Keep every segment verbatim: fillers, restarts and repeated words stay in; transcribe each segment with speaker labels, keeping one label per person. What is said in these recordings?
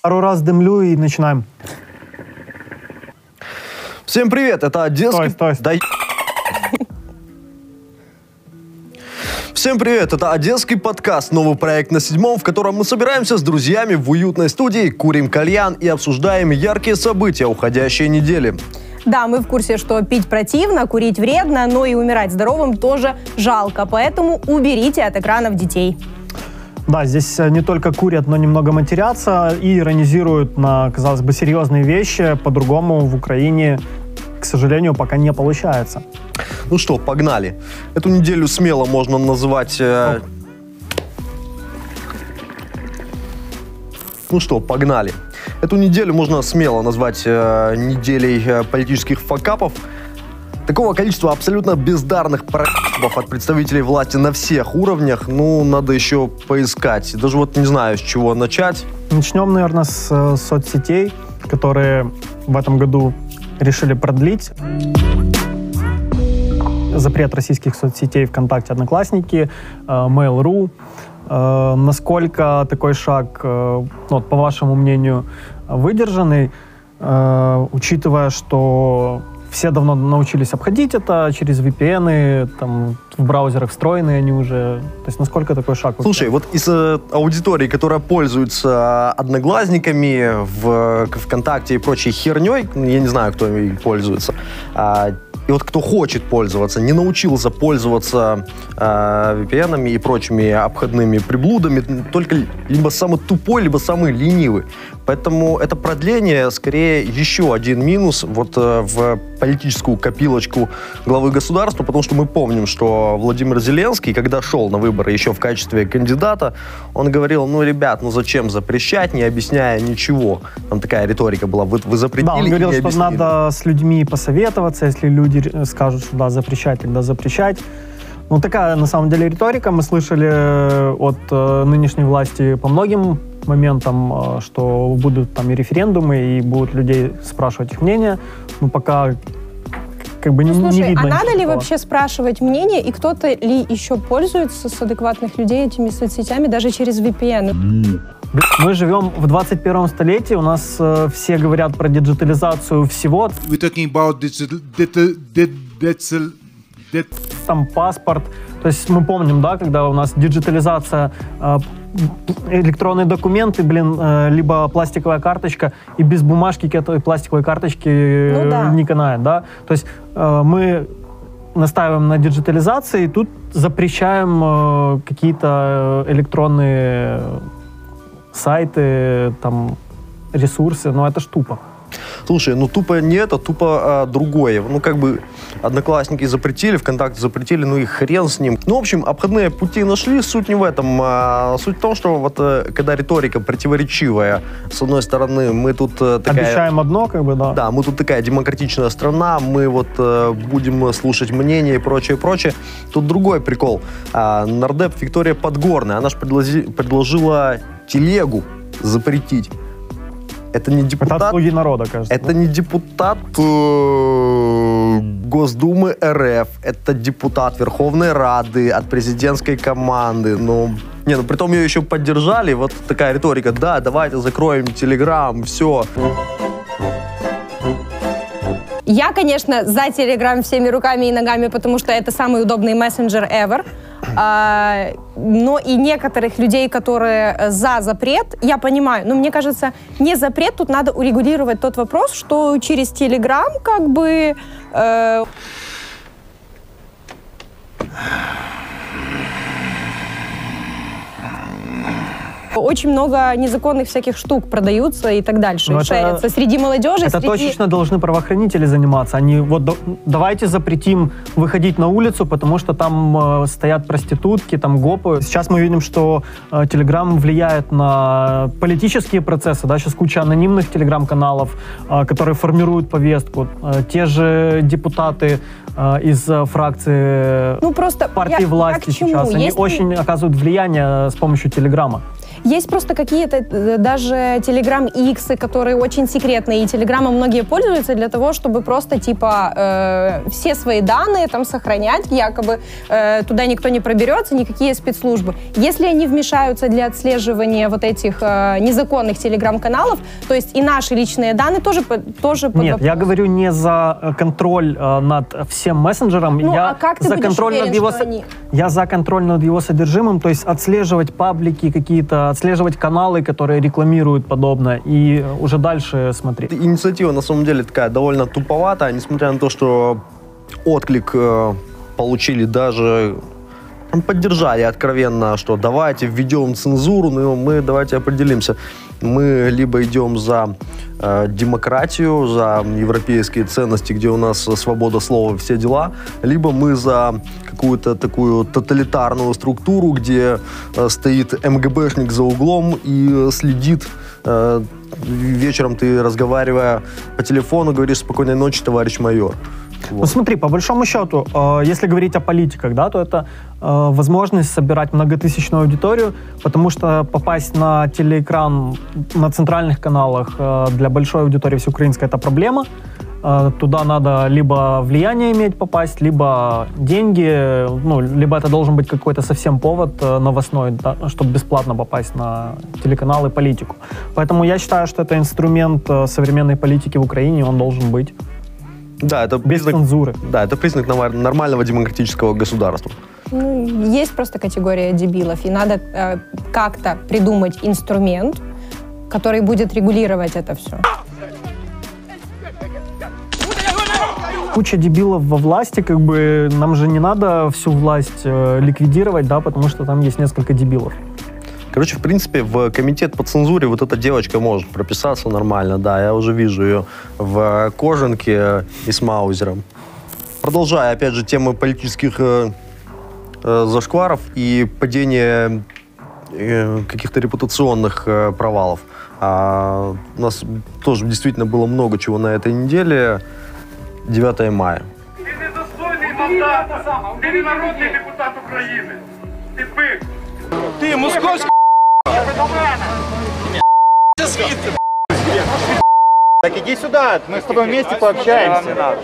Speaker 1: Пару раз дымлю и начинаем.
Speaker 2: Всем привет, это Одесский...
Speaker 1: Стой, стой, стой.
Speaker 2: Да... Всем привет, это Одесский подкаст, новый проект на седьмом, в котором мы собираемся с друзьями в уютной студии, курим кальян и обсуждаем яркие события уходящей недели.
Speaker 3: Да, мы в курсе, что пить противно, курить вредно, но и умирать здоровым тоже жалко, поэтому уберите от экранов детей.
Speaker 1: Да, здесь не только курят, но немного матерятся и иронизируют на, казалось бы, серьезные вещи. По-другому в Украине, к сожалению, пока не получается.
Speaker 2: Ну что, погнали. Эту неделю смело можно называть... Э... Ну что, погнали. Эту неделю можно смело назвать э, неделей э, политических факапов. Такого количества абсолютно бездарных проебов от представителей власти на всех уровнях, ну, надо еще поискать. Даже вот не знаю, с чего начать.
Speaker 1: Начнем, наверное, с э, соцсетей, которые в этом году решили продлить. Запрет российских соцсетей ВКонтакте, Одноклассники, э, Mail.ru. Э, насколько такой шаг, э, вот, по вашему мнению, выдержанный, э, учитывая, что все давно научились обходить это через ви пи эн, там, в браузерах встроенные они уже. То есть насколько такой шаг?
Speaker 2: Слушай, вот из э, аудитории, которая пользуется Одноглазниками, в ВКонтакте и прочей херней, я не знаю, кто ей пользуется, э, и вот кто хочет пользоваться, не научился пользоваться э, ви пи эн и прочими обходными приблудами, только либо самый тупой, либо самый ленивый. Поэтому это продление, скорее, еще один минус вот э, в политическую копилочку главы государства, потому что мы помним, что Владимир Зеленский, когда шел на выборы еще в качестве кандидата, он говорил, ну, ребят, ну зачем запрещать, не объясняя ничего. Там такая риторика была, вы, вы запретили.
Speaker 1: Да, он говорил,
Speaker 2: и не
Speaker 1: что
Speaker 2: объяснили.
Speaker 1: надо с людьми посоветоваться, если люди скажут, что да, запрещать, тогда запрещать. Ну, такая, на самом деле, риторика. Мы слышали от э, нынешней власти по многим моментам, э, что будут там и референдумы, и будут людей спрашивать их мнение. Но пока как бы не,
Speaker 3: ну, слушай,
Speaker 1: не видно.
Speaker 3: а надо ли
Speaker 1: такого.
Speaker 3: вообще спрашивать мнение, и кто-то ли еще пользуется с адекватных людей этими соцсетями даже через ви пи эн?
Speaker 1: Мы живем в двадцать первом столетии, у нас э, все говорят про диджитализацию всего.
Speaker 4: We're talking about digital, digital, digital, digital.
Speaker 1: Там паспорт. То есть мы помним, да, когда у нас диджитализация, э, электронные документы, блин, э, либо пластиковая карточка, и без бумажки к этой пластиковой карточке э,
Speaker 3: ну, да.
Speaker 1: не канает, да. То есть э, мы настаиваем на диджитализации, и тут запрещаем э, какие-то электронные сайты, там, ресурсы, но это ж тупо.
Speaker 2: Слушай, ну тупо не это, тупо а, другое. Ну как бы Одноклассники запретили, ВКонтакте запретили, ну и хрен с ним. Ну в общем, обходные пути нашли, суть не в этом. А, суть в том, что вот когда риторика противоречивая, с одной стороны, мы тут такая...
Speaker 1: Обещаем одно, как бы, да.
Speaker 2: Да, мы тут такая демократичная страна, мы вот э, будем слушать мнение и прочее, прочее. Тут другой прикол. А, нардеп Виктория Подгорная, она же предложи, предложила телегу запретить. Это не депутат...
Speaker 1: Это от «Слуги народа», кажется.
Speaker 2: Это да? не депутат э, Госдумы эр эф, это депутат Верховной Рады от президентской команды. Ну, не, ну притом ее еще поддержали. Вот такая риторика. Да, давайте закроем Телеграм, все.
Speaker 3: Я, конечно, за Telegram всеми руками и ногами, потому что это самый удобный мессенджер ever. А, но и некоторых людей, которые за запрет, я понимаю, но мне кажется, не запрет, тут надо урегулировать тот вопрос, что через Telegram как бы... Э... Очень много незаконных всяких штук продаются и так дальше,
Speaker 1: но
Speaker 3: шерятся
Speaker 1: это,
Speaker 3: среди молодежи.
Speaker 1: Это
Speaker 3: среди...
Speaker 1: точно должны правоохранители заниматься. Они вот до, давайте запретим выходить на улицу, потому что там э, стоят проститутки, там гопы. Сейчас мы видим, что э, Telegram влияет на политические процессы. Да? Сейчас куча анонимных телеграм-каналов, э, которые формируют повестку. Э, те же депутаты э, из э, фракции
Speaker 3: ну, просто
Speaker 1: партии
Speaker 3: я,
Speaker 1: власти
Speaker 3: я
Speaker 1: сейчас, они
Speaker 3: Если...
Speaker 1: очень оказывают влияние с помощью Телеграма.
Speaker 3: Есть просто какие-то э, даже Telegram X, которые очень секретные, и Телеграмом многие пользуются для того, чтобы просто типа э, все свои данные там сохранять, якобы э, туда никто не проберется, никакие спецслужбы. Если они вмешаются для отслеживания вот этих э, незаконных Телеграм-каналов, то есть и наши личные данные тоже, тоже под
Speaker 1: Нет,
Speaker 3: вопрос.
Speaker 1: я говорю не за контроль э, над всем мессенджером,
Speaker 3: Ну,
Speaker 1: я
Speaker 3: а как ты
Speaker 1: за
Speaker 3: будешь
Speaker 1: контроль
Speaker 3: уверен,
Speaker 1: над его,
Speaker 3: что
Speaker 1: со-
Speaker 3: они-
Speaker 1: я за контроль над его содержимым, то есть отслеживать паблики какие-то, отслеживать каналы, которые рекламируют подобное, и уже дальше смотреть.
Speaker 2: Инициатива на самом деле такая довольно туповатая, несмотря на то, что отклик э, получили даже, там, поддержали откровенно, что давайте введем цензуру, но мы давайте определимся. Мы либо идем за э, демократию, за европейские ценности, где у нас свобода слова, все дела, либо мы за какую-то такую тоталитарную структуру, где э, стоит эм гэ бэшник за углом и следит. Э, вечером ты, разговаривая по телефону, говоришь «спокойной ночи, товарищ майор».
Speaker 1: Ну
Speaker 2: Вот.
Speaker 1: смотри, по большому счету, э, если говорить о политиках, да, то это э, возможность собирать многотысячную аудиторию, потому что попасть на телеэкран на центральных каналах э, для большой аудитории всеукраинской — это проблема. Э, туда надо либо влияние иметь попасть, либо деньги, ну, либо это должен быть какой-то совсем повод э, новостной, да, чтобы бесплатно попасть на телеканал и политику. Поэтому я считаю, что это инструмент э, современной политики в Украине, он должен быть.
Speaker 2: Да, это
Speaker 1: Без
Speaker 2: признак,
Speaker 1: цензуры.
Speaker 2: да, это признак нова- нормального демократического государства.
Speaker 3: Ну, есть просто категория дебилов, и надо э, как-то придумать инструмент, который будет регулировать это все.
Speaker 1: Куча дебилов во власти, как бы нам же не надо всю власть э, ликвидировать, да, потому что там есть несколько дебилов.
Speaker 2: Короче, в принципе, в комитет по цензуре вот эта девочка может прописаться нормально, да, я уже вижу ее в кожанке и с маузером. Продолжая, опять же, тему политических э, э, зашкваров и падения э, каких-то репутационных э, провалов. А, у нас тоже действительно было много чего на этой неделе. девятое мая.
Speaker 5: Ти недостойний мандата, ти не народний депутат України. Ти пик.
Speaker 6: Ти московська. Так иди сюда, мы с тобой вместе пообщаемся.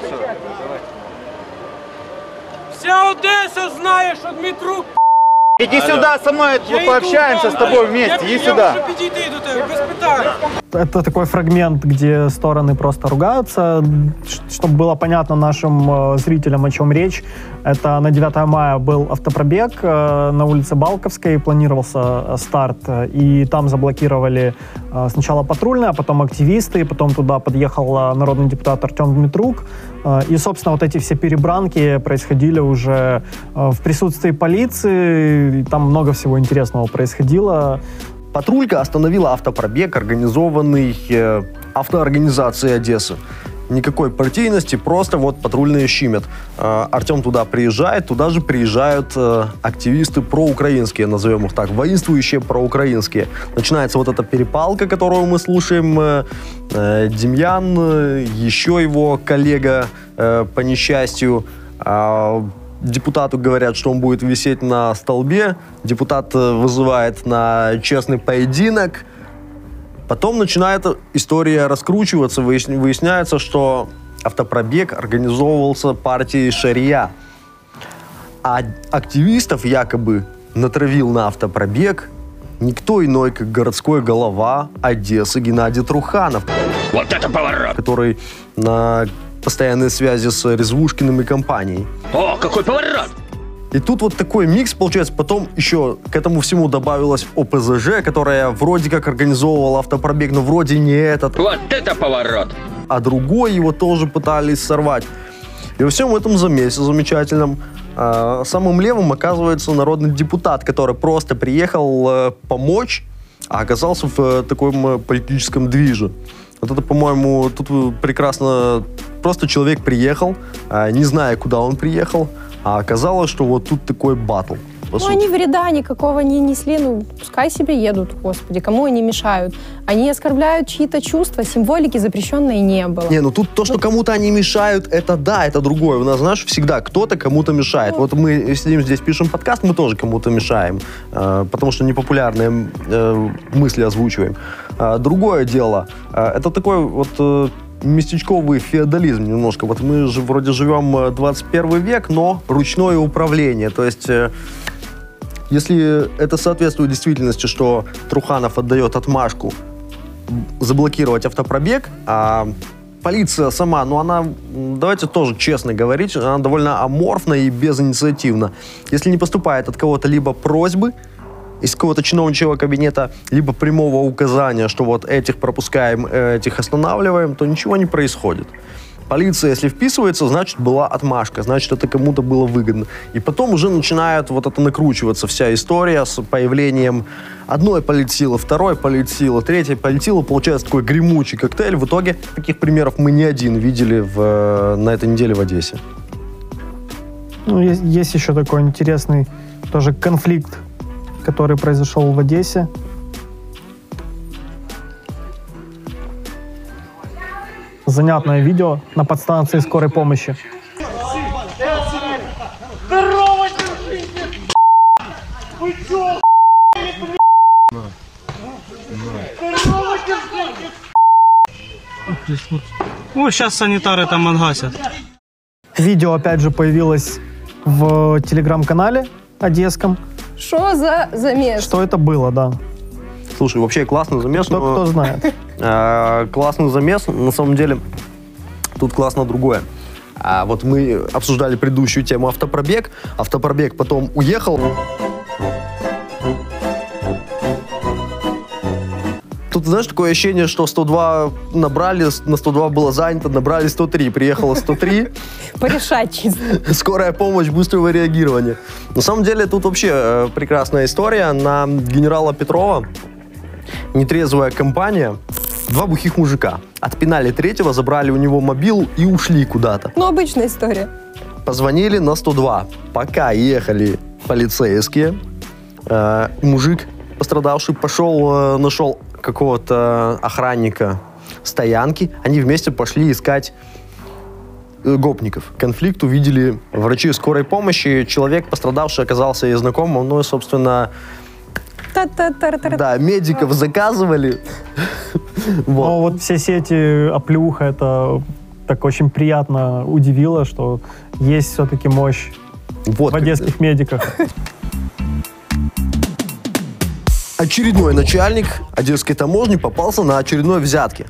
Speaker 7: Вся Одеса знає, що Дмитрук.
Speaker 6: Иди сюда со мной,
Speaker 7: Я
Speaker 6: пообщаемся
Speaker 7: йду,
Speaker 6: с тобой
Speaker 7: я-
Speaker 6: вместе,
Speaker 7: я,
Speaker 6: иди
Speaker 7: я
Speaker 6: сюда.
Speaker 7: можу підійти до тебе, без питань.
Speaker 1: Это такой фрагмент, где стороны просто ругаются. Чтобы было понятно нашим э, зрителям, о чем речь, это на девятое мая был автопробег э, на улице Балковской, планировался э, старт, э, и там заблокировали э, сначала патрульные, а потом активисты, потом туда подъехал э, народный депутат Артем Дмитрук. Э, и, собственно, вот эти все перебранки происходили уже э, в присутствии полиции, и там много всего интересного происходило.
Speaker 2: Патрулька остановила автопробег, организованный э, автоорганизацией Одессы. Никакой партийности, просто вот патрульные щимят. Э, Артем туда приезжает, туда же приезжают э, активисты проукраинские, назовем их так, воинствующие проукраинские. Начинается вот эта перепалка, которую мы слушаем. Э, э, Демьян, э, еще его коллега э, по несчастью, э, депутату говорят, что он будет висеть на столбе. Депутат вызывает на честный поединок. Потом начинает история раскручиваться. Выясняется, что автопробег организовывался партией Шария. А активистов якобы натравил на автопробег никто иной, как городской голова Одессы Геннадий Труханов.
Speaker 8: Вот это поворот!
Speaker 2: Который на постоянной связи с Резвушкиным и компанией.
Speaker 8: О, какой поворот!
Speaker 2: И тут вот такой микс получается. Потом еще к этому всему добавилась о пэ зэ жэ, которая вроде как организовывала автопробег, но вроде не этот,
Speaker 8: Вот это поворот!
Speaker 2: а другой его тоже пытались сорвать. И во всем этом замесе замечательном э, самым левым оказывается народный депутат, который просто приехал э, помочь, а оказался в э, таком э, политическом движе. Вот это, по-моему, тут прекрасно. Просто человек приехал, э, не зная, куда он приехал, а оказалось, что вот тут такой баттл. по
Speaker 3: Ну,
Speaker 2: сути.
Speaker 3: они вреда никакого не несли, ну, пускай себе едут, господи, кому они мешают? Они оскорбляют чьи-то чувства, символики запрещенной не было.
Speaker 2: Не, ну тут то, что кому-то они мешают, это да, это другое. У нас, знаешь, всегда кто-то кому-то мешает. Вот мы сидим здесь, пишем подкаст, мы тоже кому-то мешаем, э, потому что непопулярные э, мысли озвучиваем. А другое дело, э, это такой вот э, местечковый феодализм немножко. Вот мы же вроде живем двадцать первый век, но ручное управление. То есть, э, если это соответствует действительности, что Труханов отдает отмашку заблокировать автопробег, а полиция сама, ну она, давайте тоже честно говорить, она довольно аморфна и безинициативна. Если не поступает от кого-то либо просьбы из какого-то чиновничьего кабинета, либо прямого указания, что вот этих пропускаем, этих останавливаем, то ничего не происходит. Полиция, если вписывается, значит, была отмашка, значит, это кому-то было выгодно. И потом уже начинает вот это накручиваться вся история с появлением одной политсилы, второй политсилы, третьей политсилы. Получается такой гремучий коктейль. В итоге таких примеров мы не один видели в, на этой неделе в Одессе.
Speaker 1: Ну, есть, есть еще такой интересный тоже конфликт, который произошел в Одессе. Занятное видео на подстанции скорой помощи.
Speaker 5: Здорово, держите! Вы чё, Здорово, держите!
Speaker 7: Ну, сейчас санитары там отгасят.
Speaker 1: Видео, опять же, появилось в телеграм-канале одесском.
Speaker 3: Что за замес?
Speaker 1: Что это было, да.
Speaker 2: Слушай, вообще классный замес.
Speaker 1: Кто,
Speaker 2: но,
Speaker 1: кто знает.
Speaker 2: э, классный замес. На самом деле, тут классно другое. А вот мы обсуждали предыдущую тему автопробег. Автопробег потом уехал. Тут, знаешь, такое ощущение, что сто два набрали, на сто два было занято, набрали сто три. Приехало сто три.
Speaker 3: Порешать чисто.
Speaker 2: Скорая помощь быстрого реагирования. На самом деле, тут вообще э, прекрасная история. На генерала Петрова нетрезвая компания, два бухих мужика. Отпинали третьего, забрали у него мобилу и ушли куда-то.
Speaker 3: Ну, обычная история.
Speaker 2: Позвонили на сто два. Пока ехали полицейские, э, мужик пострадавший пошел, э, нашел какого-то охранника стоянки. Они вместе пошли искать э, гопников. Конфликт увидели врачи скорой помощи. Человек, пострадавший, оказался ей знакомым. Ну и, собственно,
Speaker 3: Та-та-та-та-та.
Speaker 2: да, медиков заказывали. Вот.
Speaker 1: Но вот все сети оплюха, это так очень приятно удивило, что есть все-таки мощь
Speaker 2: Вот
Speaker 1: в одесских медиках.
Speaker 2: Очередной начальник одесской таможни попался на очередной взятке.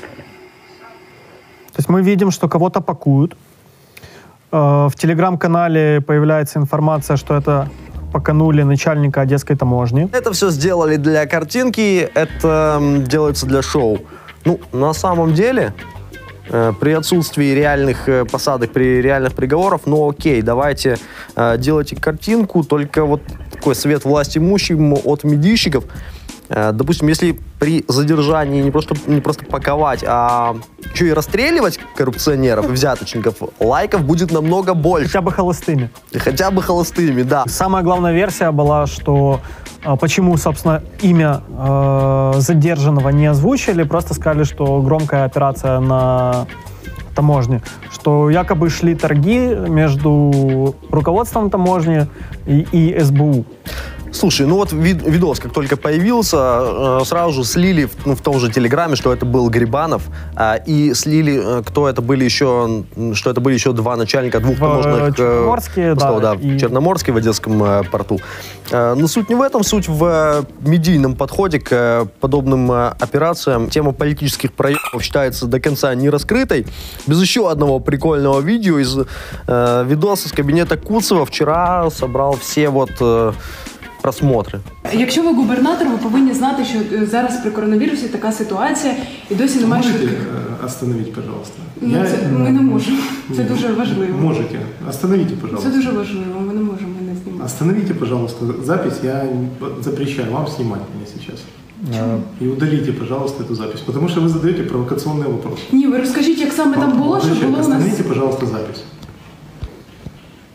Speaker 1: То есть мы видим, что кого-то пакуют. Э, В телеграм-канале появляется информация, что это паканули начальника одесской таможни.
Speaker 2: Это все сделали для картинки, это м, делается для шоу. Ну, на самом деле, э, при отсутствии реальных э, посадок, при реальных приговоров, ну окей, давайте э, делайте картинку, только вот такой совет власть имущим от медийщиков. Э, допустим, если при задержании не просто, не просто паковать, а еще и расстреливать коррупционеров и взяточников, лайков будет намного больше.
Speaker 1: Хотя бы холостыми.
Speaker 2: И хотя бы холостыми, да.
Speaker 1: Самая главная версия была, что э, почему, собственно, имя э, задержанного не озвучили, просто сказали, что громкая операция на таможне, что якобы шли торги между руководством таможни и, и эс бэ у.
Speaker 2: Слушай, ну вот вид- видос, как только появился, э, сразу же слили в, ну, в том же Телеграме, что это был Грибанов, э, и слили, э, кто это были еще, что это были еще два начальника двух
Speaker 1: В,
Speaker 2: таможенных
Speaker 1: э, Черноморске,
Speaker 2: постов,
Speaker 1: да,
Speaker 2: да,
Speaker 1: и-
Speaker 2: в Черноморске, в Одесском э, порту. Э, но суть не в этом, суть в э, медийном подходе к э, подобным э, операциям. Тема политических проектов считается до конца не раскрытой. Без еще одного прикольного видео из э, видоса с кабинета Куцева вчера собрал все вот... Э, просмотри.
Speaker 9: Якщо ви губернатор, ви повинні знати, що е, зараз при коронавірусі така ситуація і досі немає
Speaker 10: Можете
Speaker 9: швидких.
Speaker 10: э, остановить, пожалуйста?
Speaker 9: Ну, це, ми не можемо. Це дуже важливо.
Speaker 10: Можете. Остановите,
Speaker 9: Це
Speaker 10: пожалуйста.
Speaker 9: дуже важливо. Ми не можемо не знімати.
Speaker 10: Остановите, пожалуйста, запись. Я запрещаю вам снимать меня сейчас. И удалите, пожалуйста, эту запись. Потому что вы задаете провокационные вопросы.
Speaker 9: Ні, ви розкажіть, як саме там було, щоб
Speaker 10: Молодой
Speaker 9: було
Speaker 10: человек,
Speaker 9: у нас...
Speaker 10: остановите, пожалуйста, запись.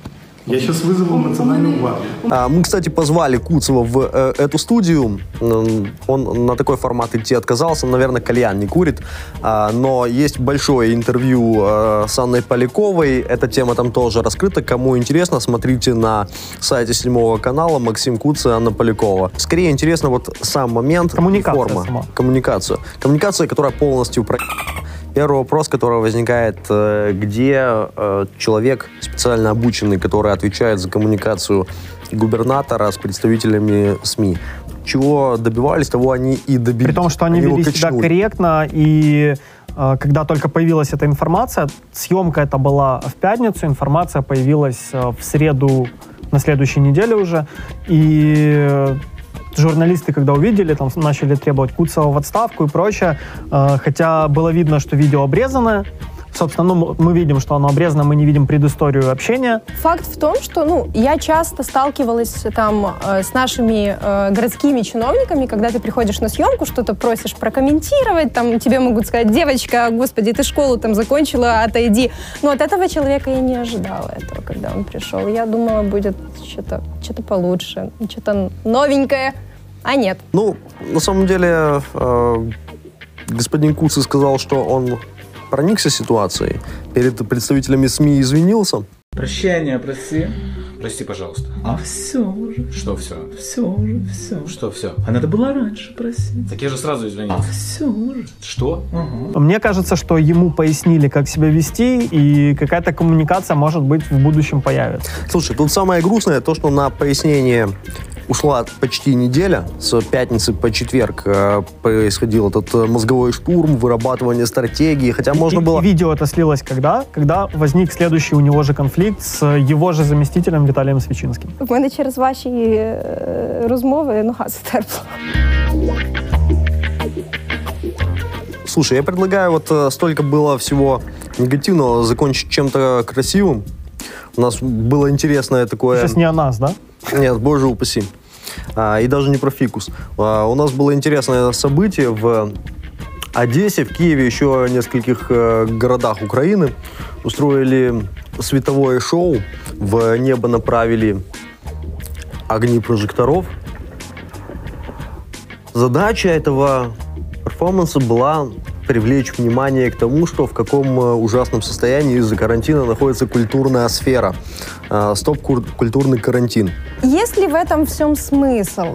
Speaker 10: Я сейчас вызову национальную гвардию.
Speaker 2: А, мы, кстати, позвали Куцева в э, эту студию. Он на такой формат идти отказался. Наверное, кальян не курит. А, но есть большое интервью э, с Анной Поляковой. Эта тема там тоже раскрыта. Кому интересно, смотрите на сайте седьмого канала. Максим Куцев, Анна Полякова. Скорее интересно вот сам момент.
Speaker 1: Коммуникация
Speaker 2: форма.
Speaker 1: сама.
Speaker 2: Коммуникацию. Коммуникация, которая полностью про... Первый вопрос, который возникает, где человек, специально обученный, который отвечает за коммуникацию губернатора с представителями СМИ. Чего добивались, того они и добились.
Speaker 1: При том, что они, они вели себя корректно, и э, когда только появилась эта информация, съемка это была в пятницу, информация появилась э, в среду на следующей неделе уже, и журналисты, когда увидели, там начали требовать Куцева в отставку и прочее, э, хотя было видно, что видео обрезанное. Собственно, ну, мы видим, что оно обрезано, мы не видим предысторию общения.
Speaker 3: Факт в том, что ну, я часто сталкивалась там э, с нашими э, городскими чиновниками, когда ты приходишь на съемку, что-то просишь прокомментировать, там тебе могут сказать: девочка, господи, ты школу там закончила, отойди. Но от этого человека я не ожидала этого, когда он пришел. Я думала, будет что-то, что-то получше, что-то новенькое, а нет.
Speaker 2: Ну, на самом деле, э, господин Куцев сказал, что он проникся ситуацией, перед представителями СМИ извинился.
Speaker 11: Прощения, прости. Прости, пожалуйста. А все уже. Что все? Все уже, все. Что все? А надо было раньше просить. Так я же сразу извинился. А все уже. Что?
Speaker 1: Угу. Мне кажется, что ему пояснили, как себя вести, и какая-то коммуникация, может быть, в будущем появится.
Speaker 2: Слушай, тут самое грустное то, что на пояснение ушла почти неделя. С пятницы по четверг э, происходил этот э, мозговой штурм, вырабатывание стратегии, хотя
Speaker 1: и,
Speaker 2: можно
Speaker 1: и,
Speaker 2: было...
Speaker 1: Видео это слилось когда? Когда возник следующий у него же конфликт с его же заместителем Виталием Свічинським.
Speaker 3: У мене через ваші е, розмови нога затерпла.
Speaker 2: Слушай, я предлагаю, вот э, столько было всего негативного, закончить чем-то красивым. У нас было интересное такое...
Speaker 1: Сейчас не о нас, да?
Speaker 2: Нет, боже упаси. А, и даже не про фикус. А, у нас было интересное событие в Одессе, в Киеве, еще в нескольких э, городах Украины. Устроили световое шоу. В небо направили огни прожекторов. Задача этого перформанса была привлечь внимание к тому, что в каком ужасном состоянии из-за карантина находится культурная сфера. Стоп-культурный карантин.
Speaker 3: Есть ли в этом всем смысл?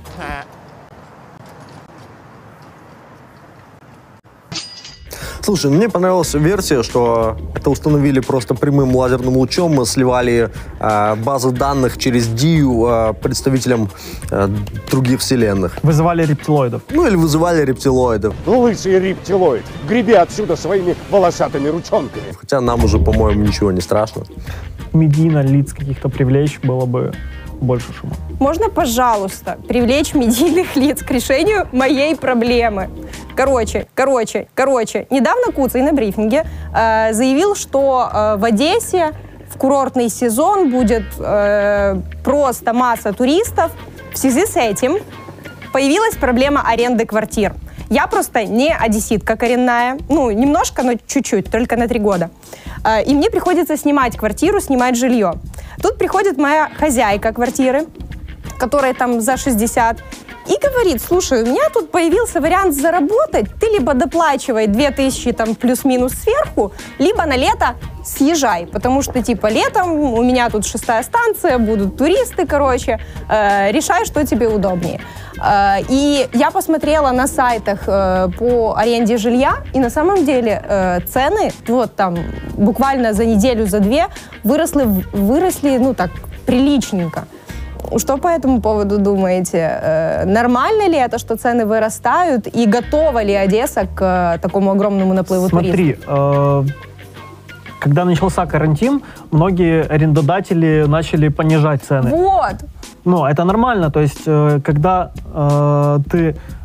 Speaker 2: Слушай, мне понравилась версия, что это установили просто прямым лазерным лучом, сливали э, базы данных через Дию э, представителям э, других вселенных.
Speaker 1: Вызывали рептилоидов.
Speaker 2: Ну или вызывали рептилоидов.
Speaker 12: Лысый рептилоид, греби отсюда своими волосатыми ручонками.
Speaker 2: Хотя нам уже, по-моему, ничего не страшно.
Speaker 1: Медийно лиц каких-то привлечь было бы больше шума.
Speaker 3: Можно, пожалуйста, привлечь медийных лиц к решению моей проблемы? Короче, короче, короче, недавно Куцый на брифинге э, заявил, что э, в Одессе в курортный сезон будет э, просто масса туристов. В связи с этим появилась проблема аренды квартир. Я просто не одесситка коренная, ну, немножко, но чуть-чуть, только на три года. Э, и мне приходится снимать квартиру, снимать жилье. Тут приходит моя хозяйка квартиры, которая там за шестьдесят, и говорит: слушай, у меня тут появился вариант заработать, ты либо доплачивай две тысячи там плюс-минус сверху, либо на лето съезжай, потому что типа летом у меня тут шестая станция, будут туристы, короче, э, решай, что тебе удобнее. Э, и я посмотрела на сайтах э, по аренде жилья, и на самом деле э, цены вот там буквально за неделю, за две выросли, выросли, ну так, приличненько. Что по этому поводу думаете? Нормально ли это, что цены вырастают? И готова ли Одесса к такому огромному наплыву туристов?
Speaker 1: Смотри, э, когда начался карантин, многие арендодатели начали понижать цены.
Speaker 3: Вот!
Speaker 1: Ну, это нормально. То есть, э, когда э, ты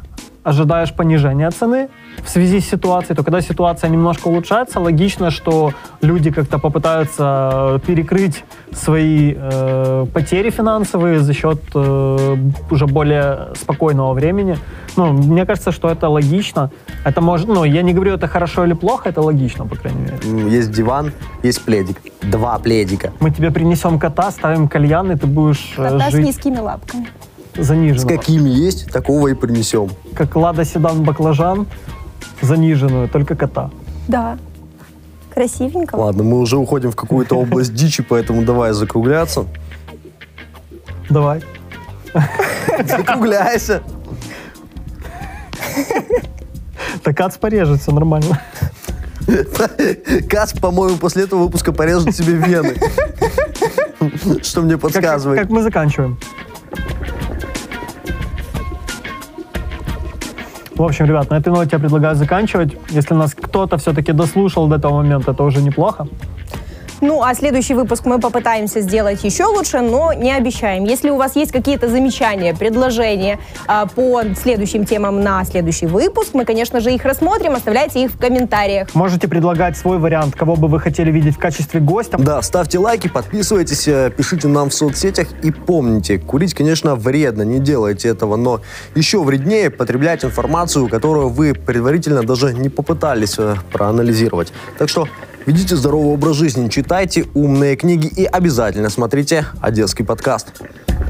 Speaker 1: ожидаешь понижения цены в связи с ситуацией, то когда ситуация немножко улучшается, логично, что люди как-то попытаются перекрыть свои э, потери финансовые за счет э, уже более спокойного времени. Ну, мне кажется, что это логично. Это может, ну, я не говорю, это хорошо или плохо, это логично, по крайней мере.
Speaker 2: Есть диван, есть пледик. Два пледика.
Speaker 1: Мы тебе принесем кота, ставим кальян, и ты будешь э,
Speaker 3: Кота
Speaker 1: жить
Speaker 3: с низкими лапками.
Speaker 1: заниженного.
Speaker 2: С какими есть, такого и принесем.
Speaker 1: Как Лада Седан Баклажан, заниженную, только кота.
Speaker 3: Да. Красивенько.
Speaker 2: Ладно, мы уже уходим в какую-то область дичи, поэтому давай закругляться.
Speaker 1: Давай.
Speaker 2: Закругляйся.
Speaker 1: Так Кац порежет, все нормально.
Speaker 2: Кац, по-моему, после этого выпуска порежет себе вены. Что мне подсказывает.
Speaker 1: Как, как мы заканчиваем. В общем, ребят, на этой ноте я предлагаю заканчивать. Если нас кто-то все-таки дослушал до этого момента, это уже неплохо.
Speaker 3: Ну, а следующий выпуск мы попытаемся сделать еще лучше, но не обещаем. Если у вас есть какие-то замечания, предложения э, по следующим темам на следующий выпуск, мы, конечно же, их рассмотрим, оставляйте их в комментариях.
Speaker 1: Можете предлагать свой вариант, кого бы вы хотели видеть в качестве гостя.
Speaker 2: Да, ставьте лайки, подписывайтесь, пишите нам в соцсетях и помните, курить, конечно, вредно, не делайте этого, но еще вреднее потреблять информацию, которую вы предварительно даже не попытались проанализировать. Так что ведите здоровый образ жизни, читайте умные книги и обязательно смотрите «Одесский подкаст».